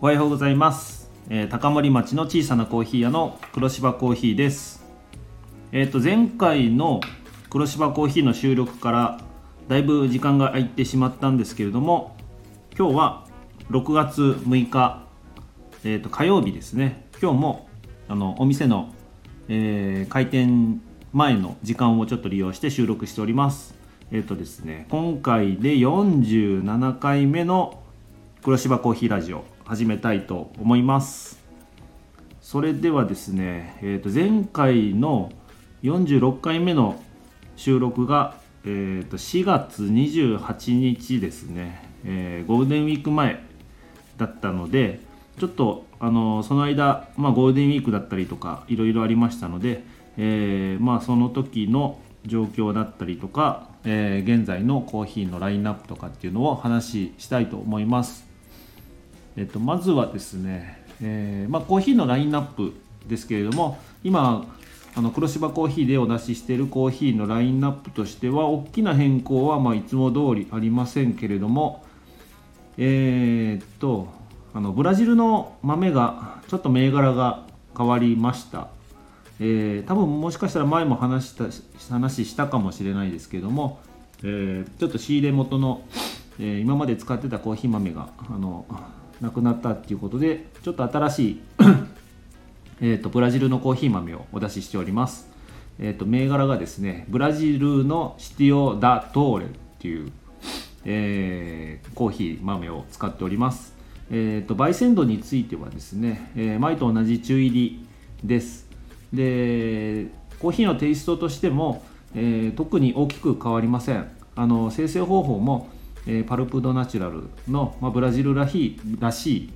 おはようございます。高森町の小さなコーヒー屋の黒芝コーヒーです。前回の黒芝コーヒーの収録からだいぶ時間が空いてしまったんですけれども、今日は6月6日、火曜日ですね。今日もお店の、開店前の時間をちょっと利用して収録しております。ですね、今回で47回目の黒芝コーヒーラジオ始めたいと思います。それではですね、前回の46回目の収録が、4月28日ですね、ゴールデンウィーク前だったので、ちょっとその間、ゴールデンウィークだったりとかいろいろありましたので、その時の状況だったりとか、現在のコーヒーのラインナップとかっていうのを話したいと思います。まずはですね、コーヒーのラインナップですけれども、今黒芝コーヒーでお出ししているコーヒーのラインナップとしては大きな変更はいつも通りありませんけれども、ブラジルの豆がちょっと銘柄が変わりました。多分もしかしたら前も話したかもしれないですけれども、ちょっと仕入れ元の、今まで使ってたコーヒー豆がなくなったっていうことで、ちょっと新しいブラジルのコーヒー豆をお出ししております。銘柄がですね、ブラジルのシティオ・ダ・トーレっていう、コーヒー豆を使っております。焙煎度についてはですね、前と同じ中入りです。で、コーヒーのテイストとしても、特に大きく変わりません。生成方法もパルプドナチュラルの、ブラジルらしいブラ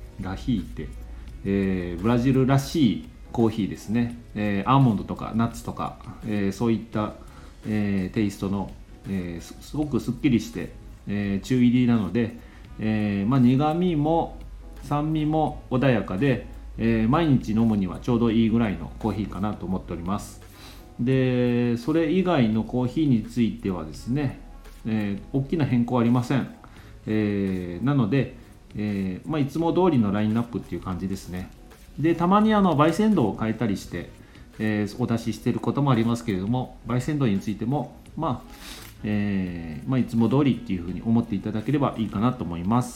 ジルらしいコーヒーですね。アーモンドとかナッツとか、そういった、テイストの、すごくすっきりして、中入りなので、苦味も酸味も穏やかで、毎日飲むにはちょうどいいぐらいのコーヒーかなと思っております。で、それ以外のコーヒーについてはですね、大きな変更はありません。なので、いつも通りのラインナップっていう感じですね。で、たまに焙煎度を変えたりして、お出ししていることもありますけれども、焙煎度についてもいつも通りっていうふうに思っていただければいいかなと思います。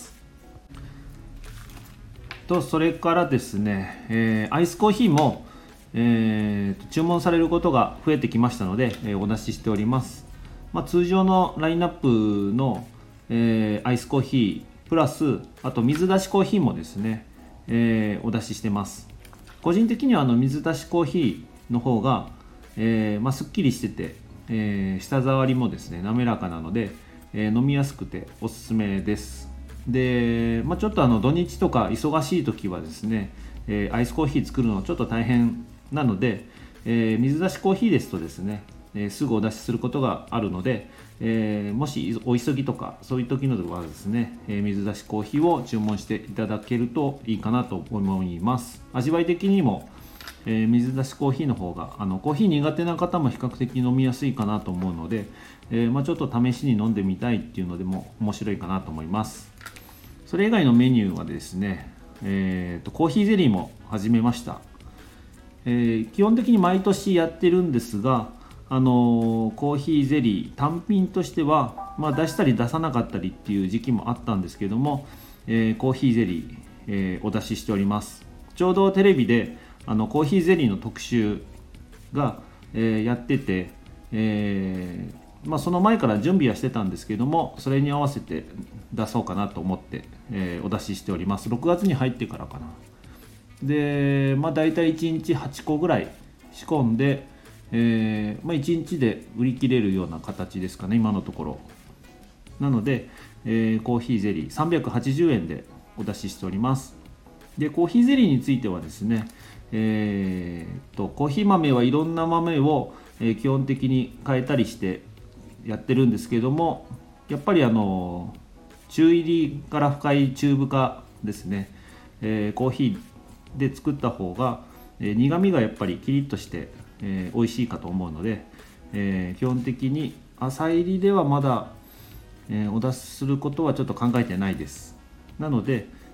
それからですね、アイスコーヒーも、注文されることが増えてきましたので、お出ししております。通常のラインナップの、アイスコーヒープラス、あと水出しコーヒーもですね、お出ししてます。個人的には水出しコーヒーの方が、すっきりしてて、舌触りもですね滑らかなので、飲みやすくておすすめです。で、ちょっと土日とか忙しい時はですね、アイスコーヒー作るのちょっと大変なので、水出しコーヒーですとですね、すぐお出しすることがあるので、もしお急ぎとかそういう時のはですね、水出しコーヒーを注文していただけるといいかなと思います。味わい的にも、水出しコーヒーの方がコーヒー苦手な方も比較的飲みやすいかなと思うので、ちょっと試しに飲んでみたいっていうのでも面白いかなと思います。それ以外のメニューはですね、コーヒーゼリーも始めました。基本的に毎年やってるんですが、コーヒーゼリー単品としては、出したり出さなかったりっていう時期もあったんですけども、コーヒーゼリー、お出ししております。ちょうどテレビでコーヒーゼリーの特集が、やってて、その前から準備はしてたんですけども、それに合わせて出そうかなと思って、お出ししております。6月に入ってからかな。で、だいたい1日8個ぐらい仕込んで、1日で売り切れるような形ですかね、今のところ。なので、コーヒーゼリー380円でお出ししております。で、コーヒーゼリーについてはですね、コーヒー豆はいろんな豆を、基本的に変えたりしてやってるんですけども、やっぱり中入りから深い中深ですね、コーヒーで作った方が、苦味がやっぱりキリッとして美味しいかと思うので、基本的に浅入りではまだ、お出しすることはちょっと考えてないです。なので、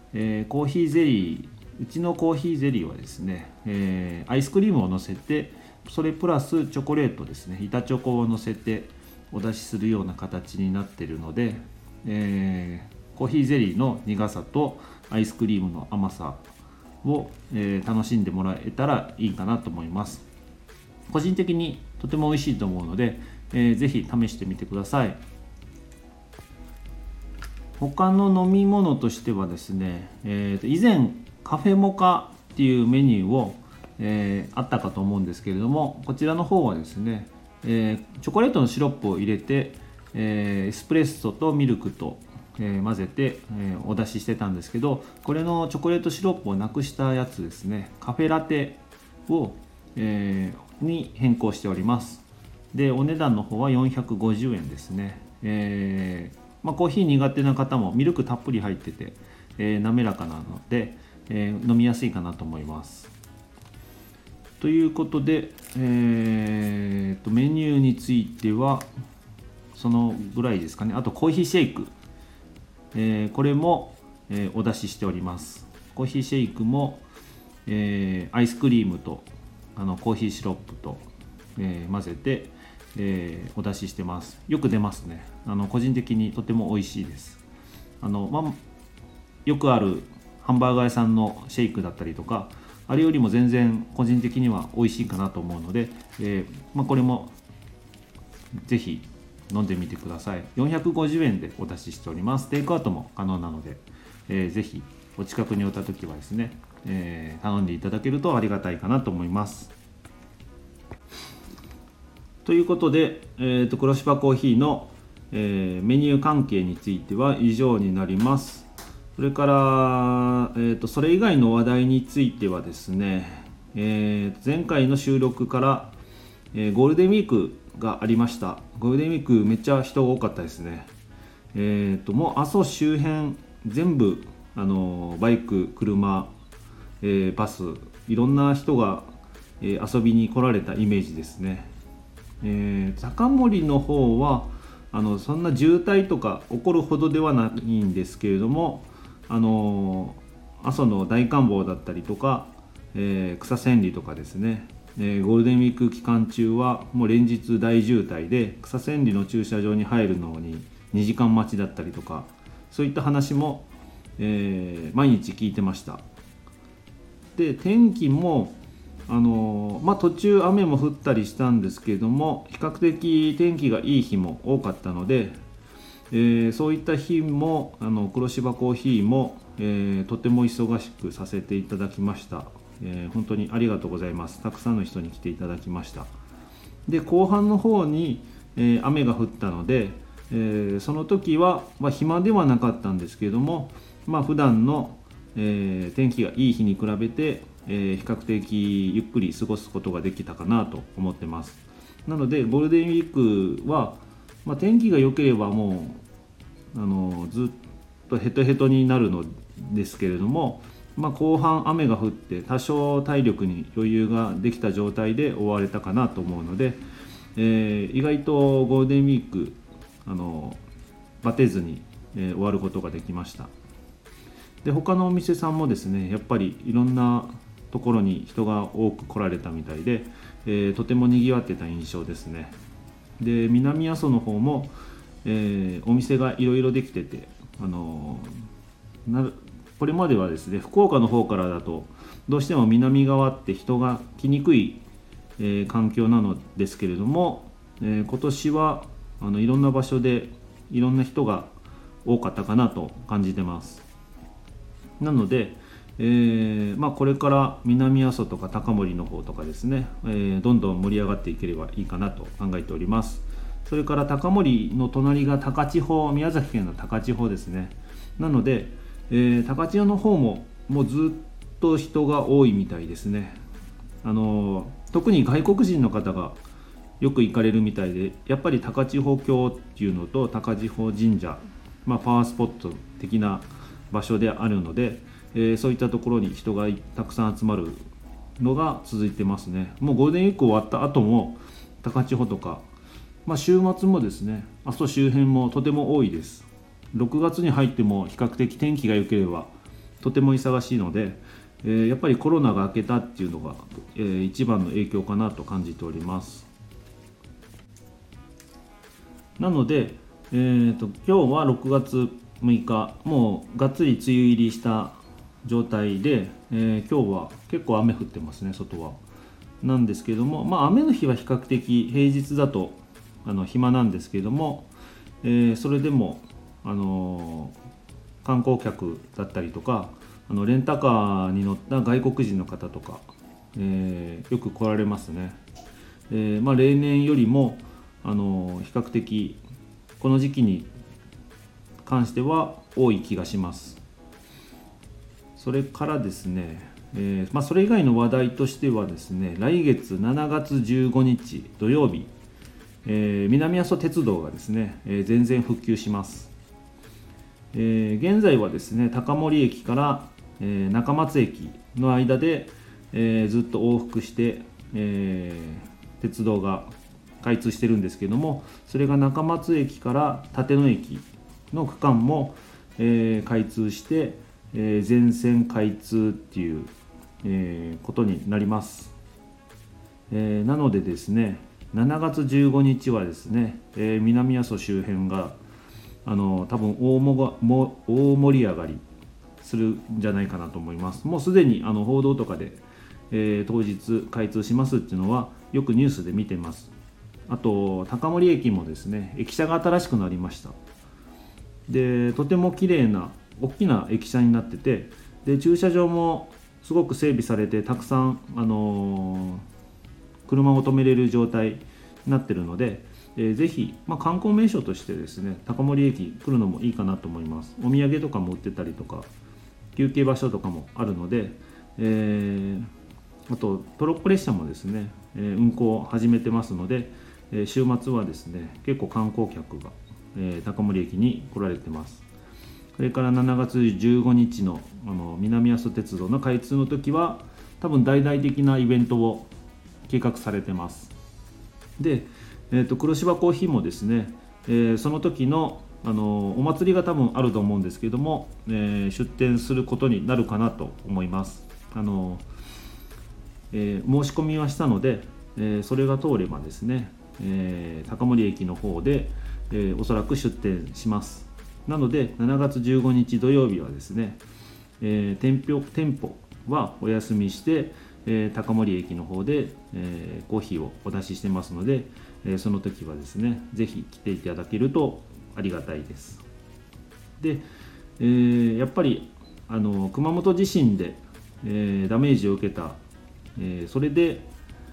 コーヒーゼリー、うちのコーヒーゼリーはですね、アイスクリームを乗せて、それプラスチョコレートですね、板チョコを乗せてお出しするような形になっているので、コーヒーゼリーの苦さとアイスクリームの甘さを、楽しんでもらえたらいいかなと思います。個人的にとても美味しいと思うので、ぜひ試してみてください。他の飲み物としてはですね、以前カフェモカっていうメニューを、あったかと思うんですけれども、こちらの方はですね、チョコレートのシロップを入れて、エスプレッソとミルクと、混ぜて、お出ししてたんですけど、これのチョコレートシロップをなくしたやつですね、カフェラテを、に変更しております。で、お値段の方は450円ですね。コーヒー苦手な方もミルクたっぷり入ってて、滑らかなので、飲みやすいかなと思います。ということで、メニューについてはそのぐらいですかね。あとコーヒーシェイク、これも、お出ししております。コーヒーシェイクも、アイスクリームとコーヒーシロップと、混ぜて、お出ししてます。よく出ますね。個人的にとても美味しいです。よくあるハンバーガー屋さんのシェイクだったりとか、あれよりも全然個人的には美味しいかなと思うので、これもぜひ飲んでみてください。450円でお出ししております。テイクアウトも可能なので、ぜひお近くにおった時はですね、頼んでいただけるとありがたいかなと思います。ということで、黒芝コーヒーの、メニュー関係については以上になります。それから、それ以外の話題についてはですね、前回の収録から、ゴールデンウィークがありました。ゴールデンウィークめっちゃ人が多かったですね。もう阿蘇周辺全部バイク、車、バス、いろんな人が、遊びに来られたイメージですね。高森の方はそんな渋滞とか起こるほどではないんですけれども、阿蘇の大観峰だったりとか、草千里とかですね、ゴールデンウィーク期間中はもう連日大渋滞で、草千里の駐車場に入るのに2時間待ちだったりとか、そういった話も、毎日聞いてました。で、天気も途中雨も降ったりしたんですけれども、比較的天気がいい日も多かったので、そういった日も黒芝コーヒーも、とても忙しくさせていただきました。本当にありがとうございます。たくさんの人に来ていただきました。で、後半の方に、雨が降ったので、その時は、暇ではなかったんですけれども、普段の、天気がいい日に比べて、比較的ゆっくり過ごすことができたかなと思ってます。なのでゴールデンウィークは、天気が良ければもうずっとヘトヘトになるのですけれども、後半雨が降って多少体力に余裕ができた状態で終われたかなと思うので、意外とゴールデンウィークバテずに、終わることができました。で、他のお店さんもですね、やっぱりいろんなところに人が多く来られたみたいで、とても賑わってた印象ですね。で、南阿蘇の方も、お店がいろいろできてて、これまではですね、福岡の方からだとどうしても南側って人が来にくい、環境なのですけれども、今年はいろんな場所でいろんな人が多かったかなと感じてます。なので、これから南阿蘇とか高森の方とかですね、どんどん盛り上がっていければいいかなと考えております。それから高森の隣が高千穂、宮崎県の高千穂ですね。なので、高千穂の方ももうずっと人が多いみたいですね。特に外国人の方がよく行かれるみたいで、やっぱり高千穂峡っていうのと高千穂神社、パワースポット的な場所であるので、そういったところに人がたくさん集まるのが続いてますね。もうゴールデンウィーク終わった後も高千穂とか、週末もですね、阿蘇周辺もとても多いです。6月に入っても比較的天気が良ければとても忙しいので、やっぱりコロナが明けたっていうのが、一番の影響かなと感じております。なので、今日は6月6日、もうがっつり梅雨入りした状態で、今日は結構雨降ってますね、外は。なんですけども、雨の日は比較的平日だと暇なんですけども、それでも、観光客だったりとか、レンタカーに乗った外国人の方とか、よく来られますね。例年よりも比較的この時期に関しては多い気がします。それからですね、それ以外の話題としてはですね、来月7月15日土曜日、南阿蘇鉄道がですね、全然復旧します。現在はですね、高森駅から、中松駅の間で、ずっと往復して、鉄道が開通してるんですけども、それが中松駅から立野駅の区間も、開通して、全線開通っていう、ことになります。なのでですね、7月15日はですね、南阿蘇周辺が多分大盛り上がりするんじゃないかなと思います。もうすでに報道とかで、当日開通しますっていうのはよくニュースで見てます。あと高森駅もですね、駅舎が新しくなりました。でとても綺麗な大きな駅舎になってて、で駐車場もすごく整備されて、たくさん、車を止めれる状態になってるので、ぜひ、観光名所としてですね、高森駅来るのもいいかなと思います。お土産とかも売ってたりとか、休憩場所とかもあるので、あとトロッコ列車もですね、運行を始めてますので、週末はですね、結構観光客が、高森駅に来られてます。それから7月15日の、南阿蘇鉄道の開通の時は多分大々的なイベントを計画されてます。で、黒芝コーヒーもですね、その時の、お祭りが多分あると思うんですけども、出店することになるかなと思います。申し込みはしたので、それが通ればですね、高森駅の方で、おそらく出店します。なので7月15日土曜日はですね、店舗はお休みして、高森駅の方で、コーヒーをお出ししてますので、その時はですね、ぜひ来ていただけるとありがたいです。で、やっぱり熊本地震で、ダメージを受けた、それで、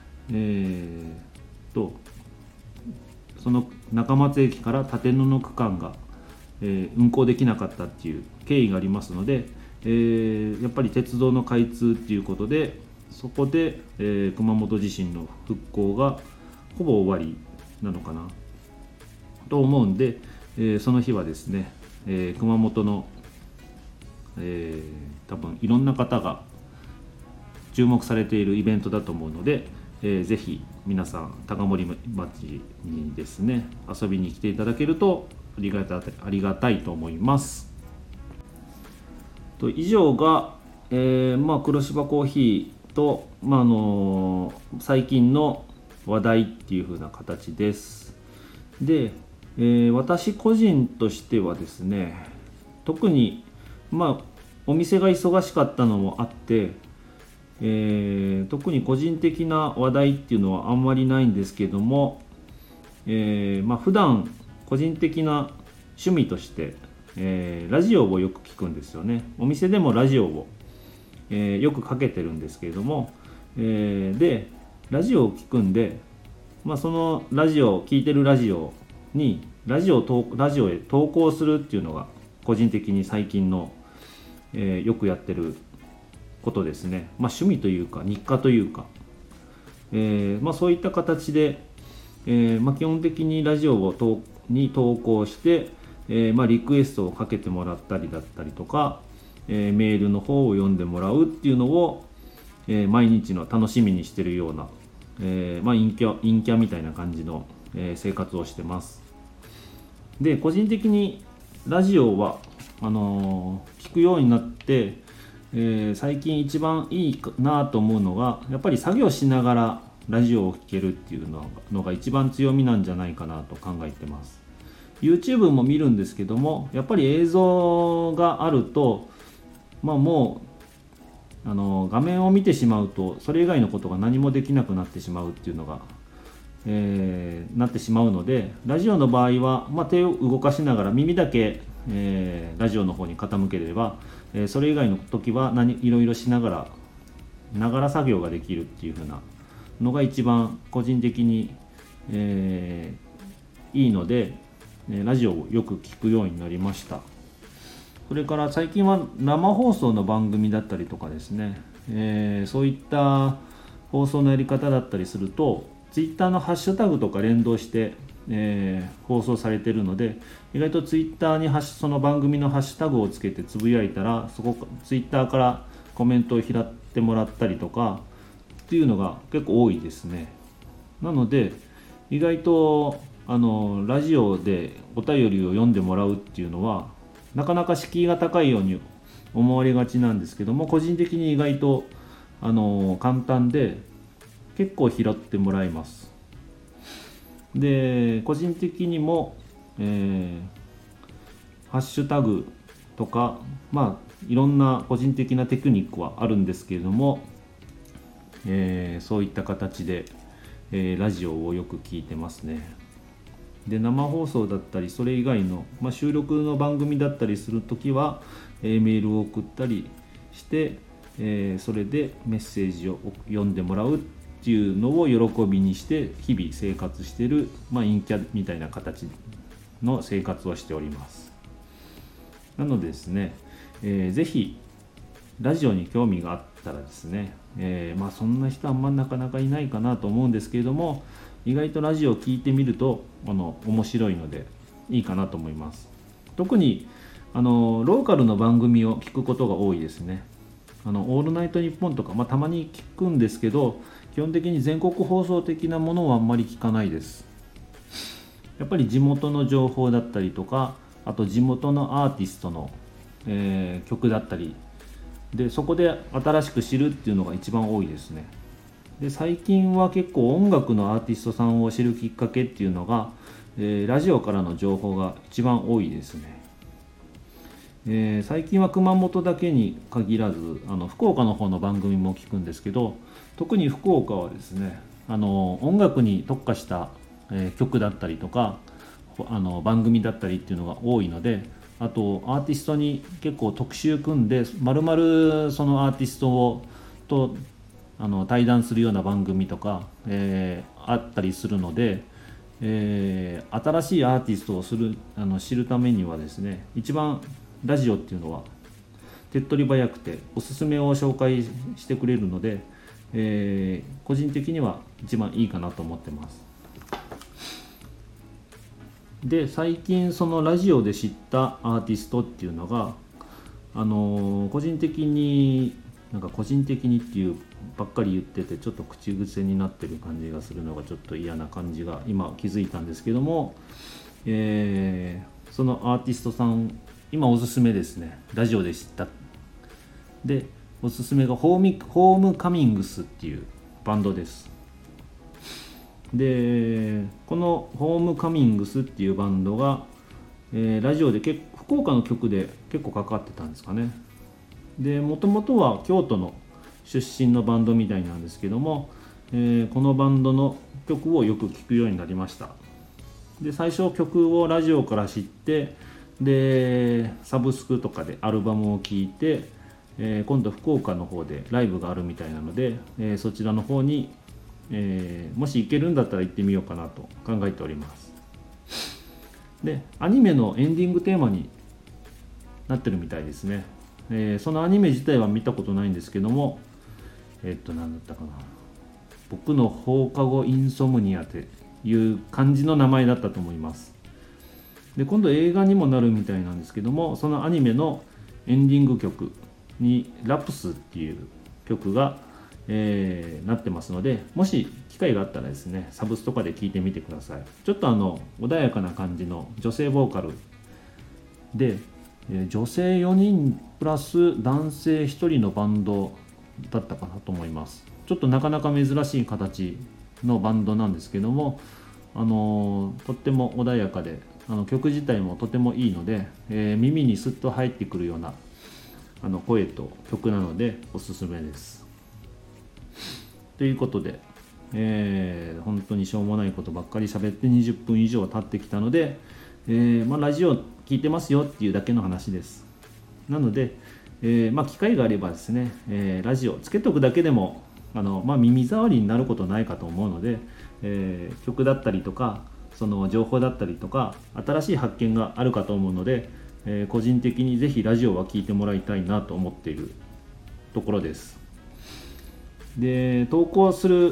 その中松駅から立野の区間が、運行できなかったっていう経緯がありますので、やっぱり鉄道の開通っていうことで、そこで、熊本地震の復興がほぼ終わりなのかなと思うんで、その日はですね、熊本の、多分いろんな方が注目されているイベントだと思うので、ぜひ皆さん高森町にですね、遊びに来ていただけるとありがたいと思います。以上が、黒芝コーヒーと、最近の話題っていう風な形です。で、私個人としてはですね、特にお店が忙しかったのもあって、特に個人的な話題っていうのはあんまりないんですけども、普段個人的な趣味として、ラジオをよく聞くんですよね。お店でもラジオを、よくかけてるんですけれども、でラジオを聞くんで、その聞いてるラジオにラジオへ投稿するっていうのが個人的に最近の、よくやってることですね。趣味というか日課というか、そういった形で、基本的にラジオに投稿して、リクエストをかけてもらったりだったりとか、メールの方を読んでもらうっていうのを、毎日の楽しみにしてるような、陰キャみたいな感じの、生活をしてます。で個人的にラジオは聞くようになって、 最近一番いいなと思うのが、やっぱり作業しながらラジオを聴けるっていうのが一番強みなんじゃないかなと考えてます。 YouTube も見るんですけども、やっぱり映像があると、もう画面を見てしまうとそれ以外のことが何もできなくなってしまうっていうのが、なってしまうので、ラジオの場合は、手を動かしながら耳だけ、ラジオの方に傾ければ、それ以外の時はいろいろしながら作業ができるっていう風なのが一番個人的に、いいので、ラジオをよく聞くようになりました。それから最近は生放送の番組だったりとかですね、そういった放送のやり方だったりすると Twitter のハッシュタグとか連動して、放送されているので、意外と Twitter にその番組のハッシュタグをつけてつぶやいたら、Twitter からコメントを拾ってもらったりとかっていうのが結構多いですね。なので意外とラジオでお便りを読んでもらうっていうのはなかなか敷居が高いように思われがちなんですけども、個人的に意外と簡単で結構拾ってもらいます。で個人的にも、ハッシュタグとかいろんな個人的なテクニックはあるんですけれども、そういった形で、ラジオをよく聞いてますね。で生放送だったりそれ以外の、収録の番組だったりするときは、メールを送ったりして、それでメッセージを読んでもらうっていうのを喜びにして日々生活している、陰キャみたいな形の生活をしております。なのでですね、ぜひラジオに興味があったらですね、そんな人はなかなかいないかなと思うんですけれども、意外とラジオを聞いてみると面白いのでいいかなと思います。特にローカルの番組を聞くことが多いですね。オールナイトニッポンとか、たまに聞くんですけど、基本的に全国放送的なものはあんまり聞かないです。やっぱり地元の情報だったりとか、あと地元のアーティストの、曲だったりで、そこで新しく知るっていうのが一番多いですね。で最近は結構音楽のアーティストさんを知るきっかけっていうのが、ラジオからの情報が一番多いですね。最近は熊本だけに限らず福岡の方の番組も聞くんですけど、特に福岡はですね、音楽に特化した、曲だったりとか番組だったりっていうのが多いので、あとアーティストに結構特集組んで丸々そのアーティストと対談するような番組とか、あったりするので、新しいアーティストを知るためにはですね、一番ラジオっていうのは手っ取り早くておすすめを紹介してくれるので、個人的には一番いいかなと思ってます。で最近そのラジオで知ったアーティストっていうのが個人的にっていうばっかり言ってて、ちょっと口癖になってる感じがするのがちょっと嫌な感じが今気づいたんですけども、そのアーティストさん今おすすめですね、ラジオで知ったでおすすめがホームカミングスっていうバンドです。でこのホームカミングスっていうバンドが、ラジオで福岡の曲で結構かかってたんですかね。でもともとは京都の出身のバンドみたいなんですけども、このバンドの曲をよく聴くようになりました。で最初曲をラジオから知って、でサブスクとかでアルバムを聴いて、今度福岡の方でライブがあるみたいなので、そちらの方に、もし行けるんだったら行ってみようかなと考えております。でアニメのエンディングテーマになってるみたいですね。そのアニメ自体は見たことないんですけども、何だったかな、僕の放課後インソムニアっていう感じの名前だったと思います。で今度映画にもなるみたいなんですけども、そのアニメのエンディング曲にラプスっていう曲が、なってますので、もし機会があったらですね、サブスとかで聴いてみてください。ちょっと穏やかな感じの女性ボーカルで、 女性4人プラス男性1人のバンドだったかなと思います。ちょっとなかなか珍しい形のバンドなんですけども、とっても穏やかで曲自体もとてもいいので、耳にスッと入ってくるような声と曲なのでおすすめです。ということで、本当にしょうもないことばっかり喋って20分以上経ってきたので、ラジオ聞いてますよっていうだけの話です。なので、機会があればですね、ラジオつけとくだけでも耳障りになることないかと思うので、曲だったりとかその情報だったりとか新しい発見があるかと思うので、個人的にぜひラジオは聞いてもらいたいなと思っているところです。で、投稿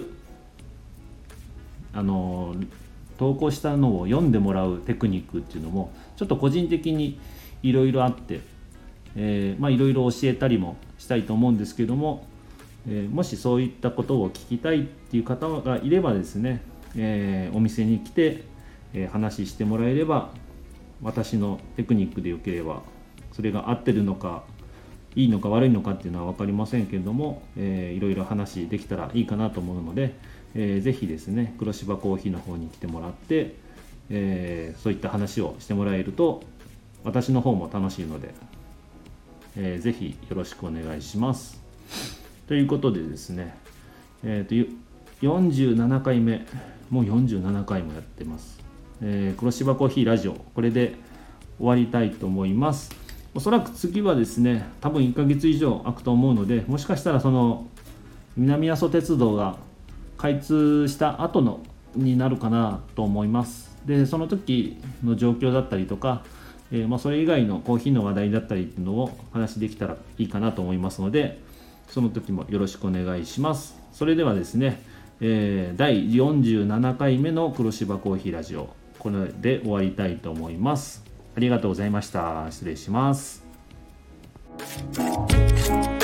したのを読んでもらうテクニックっていうのもちょっと個人的にいろいろあって、いろいろ教えたりもしたいと思うんですけども、もしそういったことを聞きたいっていう方がいればですね、お店に来て、話してもらえれば、私のテクニックでよければそれが合ってるのかいいのか悪いのかっていうのは分かりませんけれども、いろいろ話できたらいいかなと思うので、ぜひですね黒芝コーヒーの方に来てもらって、そういった話をしてもらえると私の方も楽しいので、ぜひよろしくお願いします。ということでですね、47回目、もう47回もやってます。黒芝コーヒーラジオ、これで終わりたいと思います。おそらく次はですね、多分1ヶ月以上空くと思うので、もしかしたらその南阿蘇鉄道が開通した後のになるかなと思います。で、その時の状況だったりとか、それ以外のコーヒーの話題だったりっていうのを話できたらいいかなと思いますので、その時もよろしくお願いします。それではですね、第47回目の黒芝コーヒーラジオ、これで終わりたいと思います。ありがとうございました。失礼します。